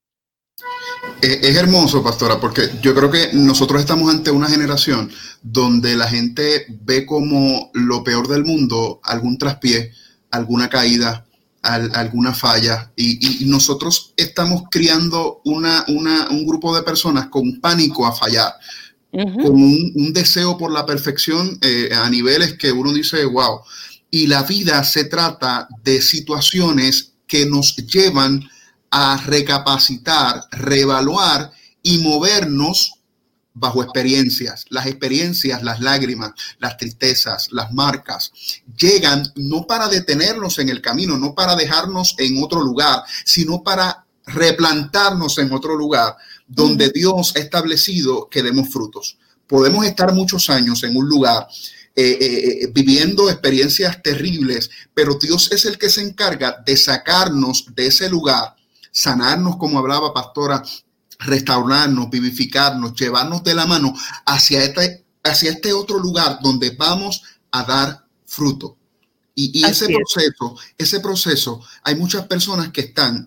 Es hermoso, pastora, porque yo creo que nosotros estamos ante una generación donde la gente ve como lo peor del mundo algún traspié, alguna caída, alguna falla, y nosotros estamos criando un grupo de personas con pánico a fallar, con un deseo por la perfección a niveles que uno dice, wow. Y la vida se trata de situaciones que nos llevan a recapacitar, reevaluar y movernos bajo experiencias. Las experiencias, las lágrimas, las tristezas, las marcas, llegan no para detenernos en el camino, no para dejarnos en otro lugar, sino para replantarnos en otro lugar donde Dios ha establecido que demos frutos. Podemos estar muchos años en un lugar viviendo experiencias terribles, pero Dios es el que se encarga de sacarnos de ese lugar, sanarnos, como hablaba Pastora, restaurarnos, vivificarnos, llevarnos de la mano hacia este otro lugar donde vamos a dar fruto. Y ese proceso, hay muchas personas que están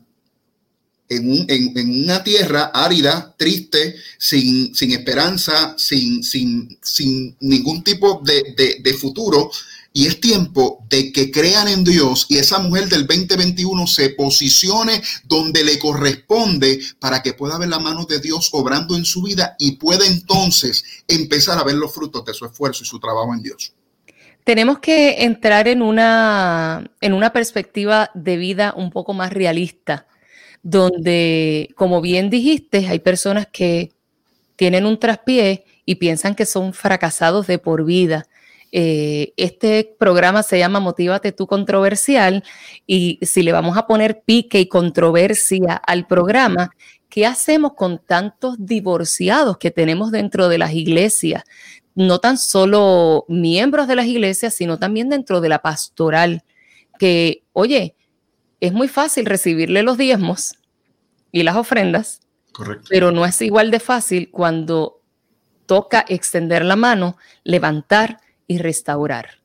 en una tierra árida, triste, sin esperanza, sin ningún tipo de futuro. Y es tiempo de que crean en Dios y esa mujer del 2021 se posicione donde le corresponde para que pueda ver la mano de Dios obrando en su vida y pueda entonces empezar a ver los frutos de su esfuerzo y su trabajo en Dios. Tenemos que entrar en una perspectiva de vida un poco más realista, donde, como bien dijiste, hay personas que tienen un traspié y piensan que son fracasados de por vida. Este programa se llama Motívate tú controversial, y si le vamos a poner pique y controversia al programa, ¿qué hacemos con tantos divorciados que tenemos dentro de las iglesias? No tan solo miembros de las iglesias, sino también dentro de la pastoral, que, oye, es muy fácil recibirle los diezmos y las ofrendas. Correcto. Pero no es igual de fácil cuando toca extender la mano, levantar y restaurar.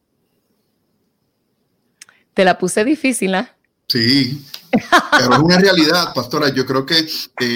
Te la puse difícil, ¿eh? Sí, pero es una realidad, Pastora. Yo creo que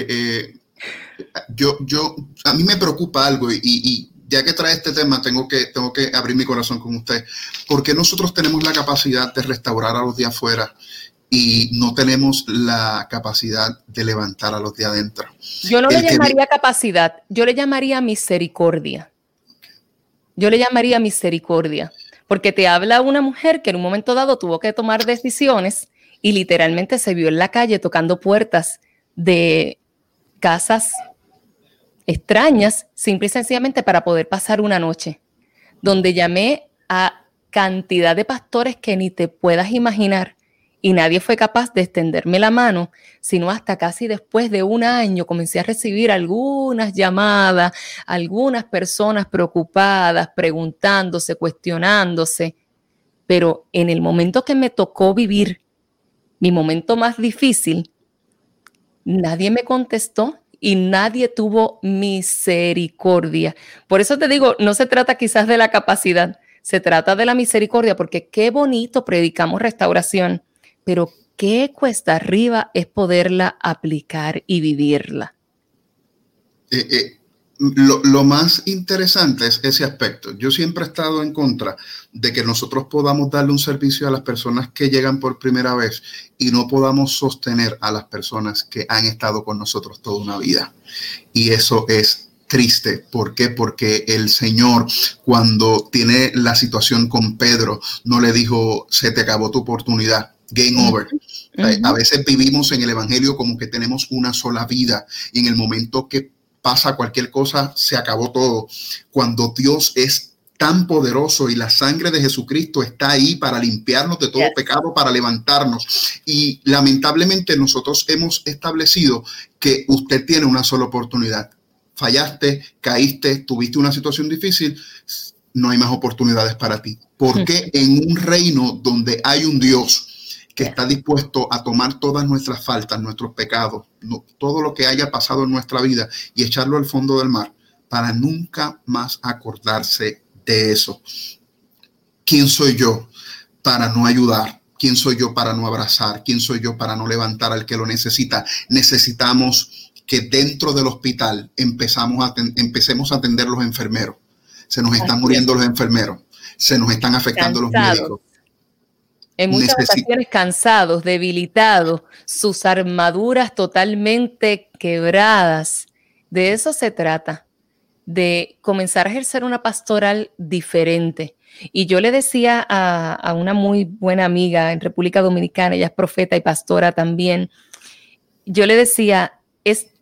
a mí me preocupa algo y ya que trae este tema, tengo que abrir mi corazón con usted, porque nosotros tenemos la capacidad de restaurar a los de afuera y no tenemos la capacidad de levantar a los de adentro. Yo no le llamaría capacidad, yo le llamaría misericordia. Yo le llamaría misericordia, porque te habla una mujer que en un momento dado tuvo que tomar decisiones y literalmente se vio en la calle tocando puertas de casas extrañas, simple y sencillamente para poder pasar una noche, donde llamé a cantidad de pastores que ni te puedas imaginar y nadie fue capaz de extenderme la mano, sino hasta casi después de un año comencé a recibir algunas llamadas, algunas personas preocupadas, preguntándose, cuestionándose, pero en el momento que me tocó vivir mi momento más difícil, nadie me contestó y nadie tuvo misericordia. Por eso te digo, no se trata quizás de la capacidad, se trata de la misericordia, porque qué bonito predicamos restauración, pero qué cuesta arriba es poderla aplicar y vivirla. Lo más interesante es ese aspecto. Yo siempre he estado en contra de que nosotros podamos darle un servicio a las personas que llegan por primera vez y no podamos sostener a las personas que han estado con nosotros toda una vida. Y eso es triste. ¿Por qué? Porque el Señor, cuando tiene la situación con Pedro, no le dijo, se te acabó tu oportunidad. Game over. A veces vivimos en el evangelio como que tenemos una sola vida y en el momento que pasa cualquier cosa, se acabó todo. Cuando Dios es tan poderoso y la sangre de Jesucristo está ahí para limpiarnos de todo pecado, para levantarnos. Y lamentablemente nosotros hemos establecido que usted tiene una sola oportunidad. Fallaste, caíste, tuviste una situación difícil, no hay más oportunidades para ti. Porque en un reino donde hay un Dios que está dispuesto a tomar todas nuestras faltas, nuestros pecados, todo lo que haya pasado en nuestra vida y echarlo al fondo del mar para nunca más acordarse de eso. ¿Quién soy yo para no ayudar? ¿Quién soy yo para no abrazar? ¿Quién soy yo para no levantar al que lo necesita? Necesitamos que dentro del hospital empecemos a atender los enfermeros. Se nos están muriendo los enfermeros. Se nos están afectando los médicos. En muchas ocasiones cansados, debilitados, sus armaduras totalmente quebradas. De eso se trata, de comenzar a ejercer una pastoral diferente. Y yo le decía a una muy buena amiga en República Dominicana, ella es profeta y pastora también, yo le decía,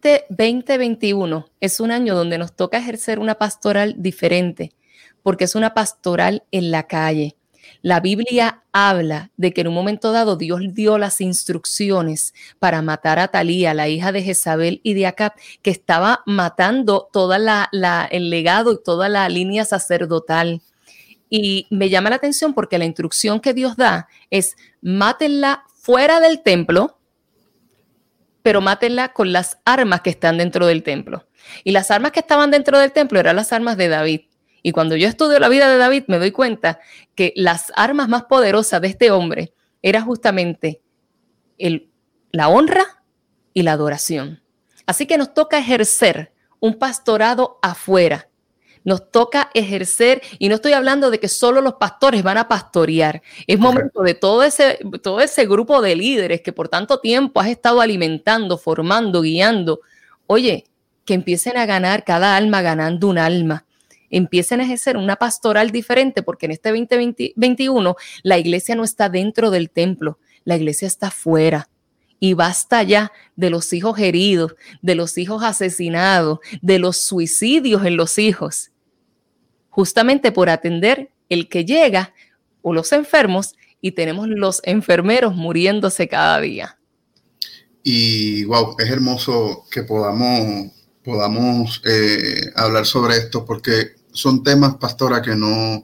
este 2021 es un año donde nos toca ejercer una pastoral diferente, porque es una pastoral en la calle. La Biblia habla de que en un momento dado Dios dio las instrucciones para matar a Atalía, la hija de Jezabel y de Acab, que estaba matando todo el legado y toda la línea sacerdotal. Y me llama la atención porque la instrucción que Dios da es mátenla fuera del templo, pero mátenla con las armas que están dentro del templo. Y las armas que estaban dentro del templo eran las armas de David. Y cuando yo estudio la vida de David, me doy cuenta que las armas más poderosas de este hombre era justamente la honra y la adoración. Así que nos toca ejercer un pastorado afuera. Nos toca ejercer, y no estoy hablando de que solo los pastores van a pastorear. Es momento de todo ese grupo de líderes que por tanto tiempo has estado alimentando, formando, guiando. Oye, que empiecen a ganar cada alma ganando un alma. Empiecen a ejercer una pastoral diferente, porque en este 2021 la iglesia no está dentro del templo, la iglesia está afuera. Y basta ya de los hijos heridos, de los hijos asesinados, de los suicidios en los hijos. Justamente por atender el que llega o los enfermos, y tenemos los enfermeros muriéndose cada día. Y wow, es hermoso que podamos hablar sobre esto, porque son temas, pastora, que no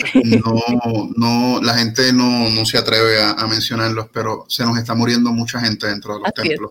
la gente no se atreve a mencionarlos, pero se nos está muriendo mucha gente dentro de los templos.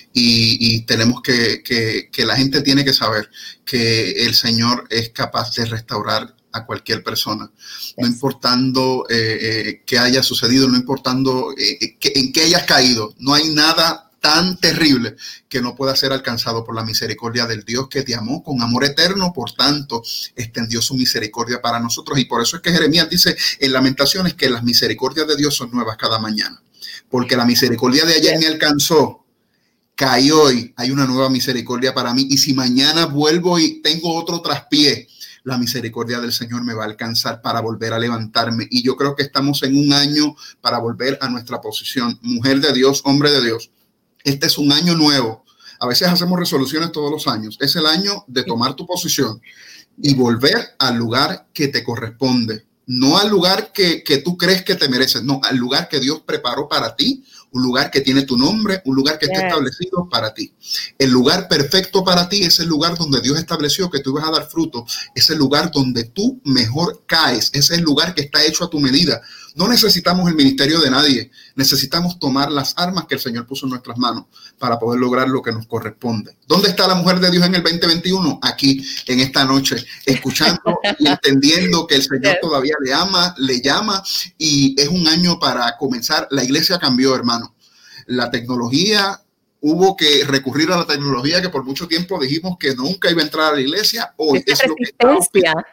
Y tenemos que la gente tiene que saber que el Señor es capaz de restaurar a cualquier persona, no importando qué haya sucedido, no importando en qué hayas caído. No hay nada tan terrible que no pueda ser alcanzado por la misericordia del Dios que te amó con amor eterno, por tanto extendió su misericordia para nosotros. Y por eso es que Jeremías dice en Lamentaciones que las misericordias de Dios son nuevas cada mañana, porque la misericordia de ayer me alcanzó, caí hoy, hay una nueva misericordia para mí, y si mañana vuelvo y tengo otro traspié, la misericordia del Señor me va a alcanzar para volver a levantarme. Y yo creo que estamos en un año para volver a nuestra posición. Mujer de Dios, hombre de Dios, este es un año nuevo. A veces hacemos resoluciones todos los años. Es el año de tomar tu posición y volver al lugar que te corresponde. No al lugar que tú crees que te mereces, no, al lugar que Dios preparó para ti, un lugar que tiene tu nombre, un lugar que está establecido para ti. El lugar perfecto para ti es el lugar donde Dios estableció que tú vas a dar fruto. Es el lugar donde tú mejor caes. Es el lugar que está hecho a tu medida. No necesitamos el ministerio de nadie. Necesitamos tomar las armas que el Señor puso en nuestras manos para poder lograr lo que nos corresponde. ¿Dónde está la mujer de Dios en el 2021? Aquí, en esta noche, escuchando y entendiendo que el Señor todavía le ama, le llama, y es un año para comenzar. La iglesia cambió, hermano. La tecnología, hubo que recurrir a la tecnología que por mucho tiempo dijimos que nunca iba a entrar a la iglesia. Hoy es lo que estamos.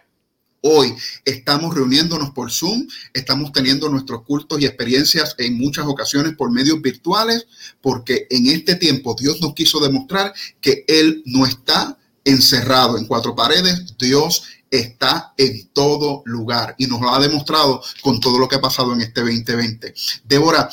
Hoy estamos reuniéndonos por Zoom, estamos teniendo nuestros cultos y experiencias en muchas ocasiones por medios virtuales, porque en este tiempo Dios nos quiso demostrar que Él no está encerrado en cuatro paredes. Dios está en todo lugar y nos lo ha demostrado con todo lo que ha pasado en este 2020. Débora,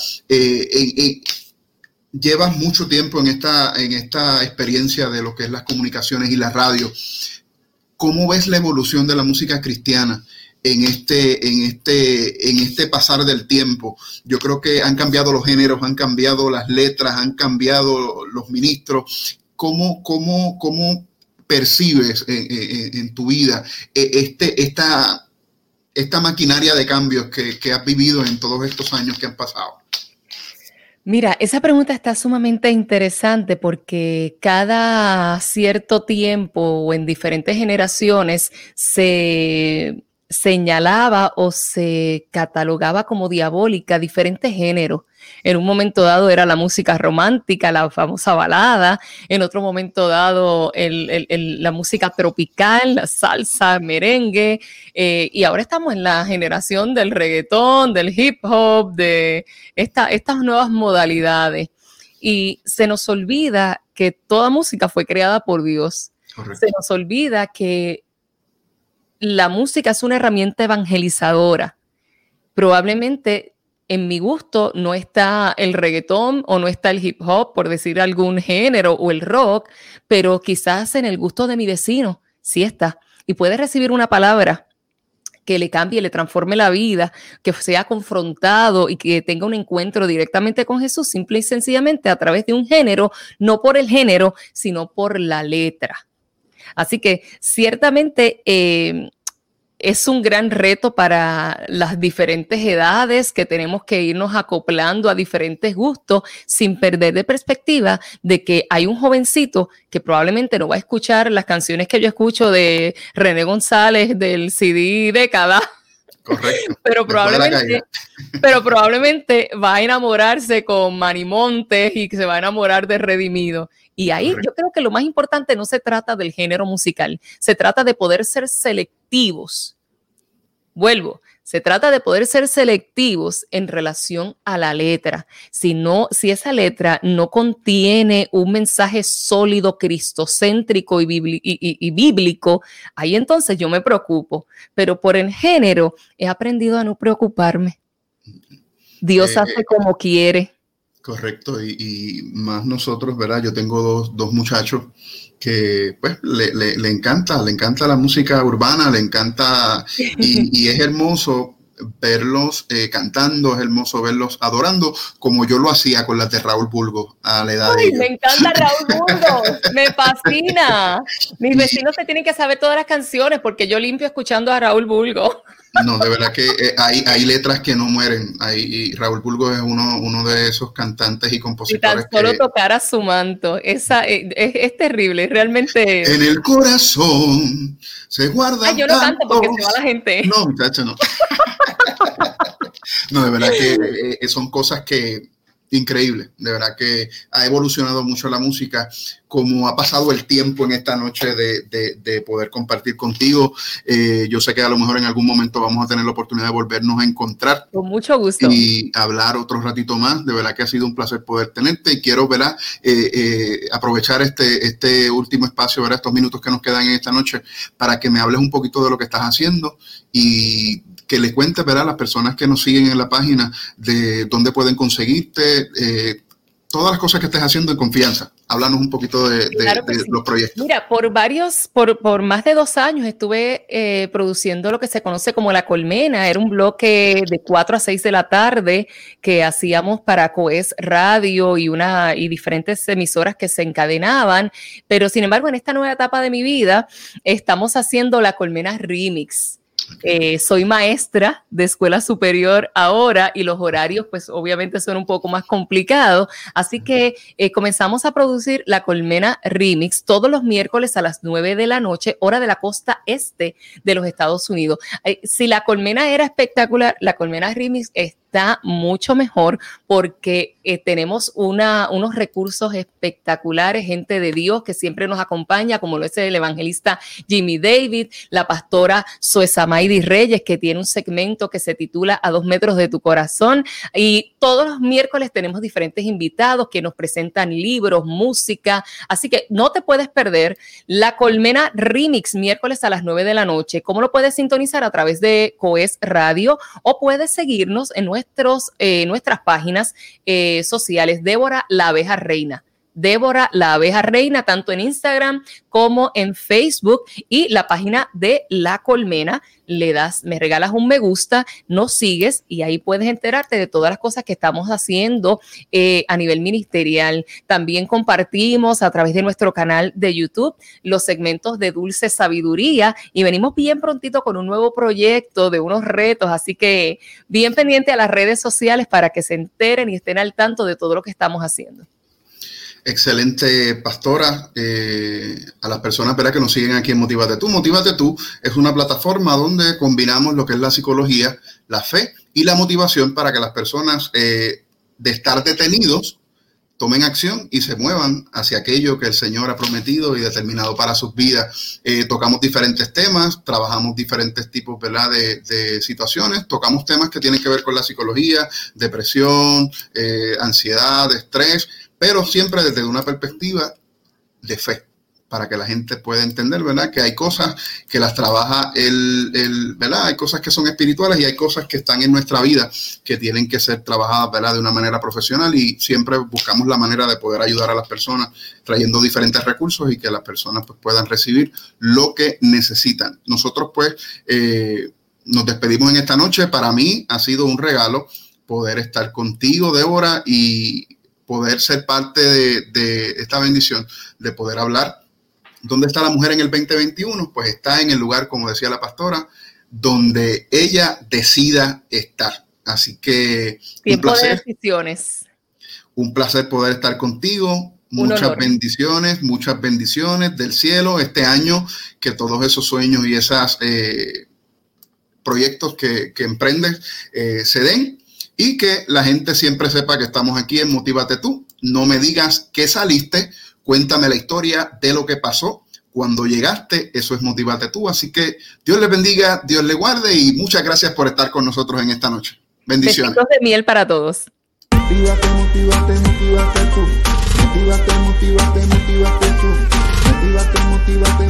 llevas mucho tiempo en esta experiencia de lo que es las comunicaciones y la radio. ¿Cómo ves la evolución de la música cristiana en este pasar del tiempo? Yo creo que han cambiado los géneros, han cambiado las letras, han cambiado los ministros. ¿Cómo percibes en tu vida esta maquinaria de cambios que has vivido en todos estos años que han pasado? Mira, esa pregunta está sumamente interesante porque cada cierto tiempo o en diferentes generaciones se señalaba o se catalogaba como diabólica diferentes géneros. En un momento dado era la música romántica, la famosa balada. En otro momento dado la música tropical, la salsa, merengue. Y ahora estamos en la generación del reggaetón, del hip hop, de estas nuevas modalidades. Y se nos olvida que toda música fue creada por Dios. Correcto. Se nos olvida que la música es una herramienta evangelizadora. Probablemente en mi gusto no está el reggaetón o no está el hip hop, por decir algún género, o el rock, pero quizás en el gusto de mi vecino sí está. Y puede recibir una palabra que le cambie, le transforme la vida, que sea confrontado y que tenga un encuentro directamente con Jesús, simple y sencillamente a través de un género, no por el género, sino por la letra. Así que ciertamente es un gran reto para las diferentes edades, que tenemos que irnos acoplando a diferentes gustos sin perder de perspectiva de que hay un jovencito que probablemente no va a escuchar las canciones que yo escucho de René González del CD Década. Correcto. pero probablemente va a enamorarse con Manny Montes y que se va a enamorar de Redimido. Y ahí yo creo que lo más importante no se trata del género musical, se trata de poder ser selectivos. Se trata de poder ser selectivos en relación a la letra. Si esa letra no contiene un mensaje sólido, cristocéntrico y bíblico, ahí entonces yo me preocupo. Pero por el género he aprendido a no preocuparme. Dios hace como quiere. Correcto, y más nosotros, ¿verdad? Yo tengo dos muchachos que pues le encanta la música urbana, le encanta y es hermoso verlos cantando, es hermoso verlos adorando, como yo lo hacía con las de Raúl Bulgo a la edad de ellos. Me encanta Raúl Bulgo, me fascina. Mis vecinos se tienen que saber todas las canciones porque yo limpio escuchando a Raúl Bulgo. No, de verdad que hay letras que no mueren. Y Raúl Bulgo es uno de esos cantantes y compositores. Y tan solo tocar a su manto, es terrible, realmente. En el corazón se guarda. Ay, yo no canto porque se va la gente. No, muchacho, no. No, de verdad que son cosas que increíble, de verdad que ha evolucionado mucho la música, como ha pasado el tiempo en esta noche de poder compartir contigo. Yo sé que a lo mejor en algún momento vamos a tener la oportunidad de volvernos a encontrar. Con mucho gusto. Y hablar otro ratito más. De verdad que ha sido un placer poder tenerte y quiero, ¿verdad? Aprovechar este último espacio, ¿verdad? Estos minutos que nos quedan en esta noche para que me hables un poquito de lo que estás haciendo y que le cuentes, ¿verdad?, a las personas que nos siguen en la página de dónde pueden conseguirte, todas las cosas que estés haciendo en confianza. Háblanos un poquito de los proyectos. Mira, por más de 2 años estuve produciendo lo que se conoce como La Colmena. Era un bloque de 4 a 6 de la tarde que hacíamos para COES Radio y diferentes emisoras que se encadenaban. Pero sin embargo, en esta nueva etapa de mi vida, estamos haciendo La Colmena Remix. Soy maestra de escuela superior ahora y los horarios pues obviamente son un poco más complicados, así que comenzamos a producir La Colmena Remix todos los miércoles a las 9 de la noche, hora de la costa este de los Estados Unidos. Si La Colmena era espectacular, La Colmena Remix está mucho mejor porque tenemos unos recursos espectaculares, gente de Dios que siempre nos acompaña, como lo es el evangelista Jimmy David, la pastora Suesamaydi Reyes, que tiene un segmento que se titula A 2 metros de tu corazón, y todos los miércoles tenemos diferentes invitados que nos presentan libros, música, así que no te puedes perder La Colmena Remix, miércoles a las 9 de la noche. ¿Cómo lo puedes sintonizar? A través de COES Radio, o puedes seguirnos en nuestras páginas sociales. Débora la Abeja Reina. Débora la Abeja Reina, tanto en Instagram como en Facebook, y la página de La Colmena. Me regalas un me gusta, nos sigues y ahí puedes enterarte de todas las cosas que estamos haciendo a nivel ministerial. También compartimos a través de nuestro canal de YouTube los segmentos de Dulce Sabiduría y venimos bien prontito con un nuevo proyecto de unos retos, así que bien pendiente a las redes sociales para que se enteren y estén al tanto de todo lo que estamos haciendo. Excelente, pastora. A las personas, ¿verdad?, que nos siguen aquí en Motívate Tú. Motívate Tú es una plataforma donde combinamos lo que es la psicología, la fe y la motivación para que las personas de estar detenidos tomen acción y se muevan hacia aquello que el Señor ha prometido y determinado para sus vidas. Tocamos diferentes temas, trabajamos diferentes tipos, ¿verdad?, de situaciones. Tocamos temas que tienen que ver con la psicología, depresión, ansiedad, estrés, pero siempre desde una perspectiva de fe. para que la gente pueda entender, ¿verdad? Que hay cosas que las trabaja ¿verdad? Hay cosas que son espirituales y hay cosas que están en nuestra vida que tienen que ser trabajadas, ¿verdad? De una manera profesional, y siempre buscamos la manera de poder ayudar a las personas trayendo diferentes recursos y que las personas pues puedan recibir lo que necesitan. Nosotros pues nos despedimos en esta noche. Para mí ha sido un regalo poder estar contigo, Débora, y poder ser parte de esta bendición, de poder hablar. ¿Dónde está la mujer en el 2021? Pues está en el lugar, como decía la pastora, donde ella decida estar. Así que tiempo de decisiones. Un placer poder estar contigo. Muchas bendiciones del cielo este año, que todos esos sueños y esos proyectos que emprendes se den, y que la gente siempre sepa que estamos aquí en Motívate Tú. No me digas que saliste, cuéntame la historia de lo que pasó cuando llegaste. Eso es Motívate Tú. Así que Dios les bendiga, Dios les guarde, y muchas gracias por estar con nosotros en esta noche. Bendiciones. Besitos de miel para todos. Motívate, motívate, motívate tú. Motívate, motívate, motívate tú. Motívate, motívate.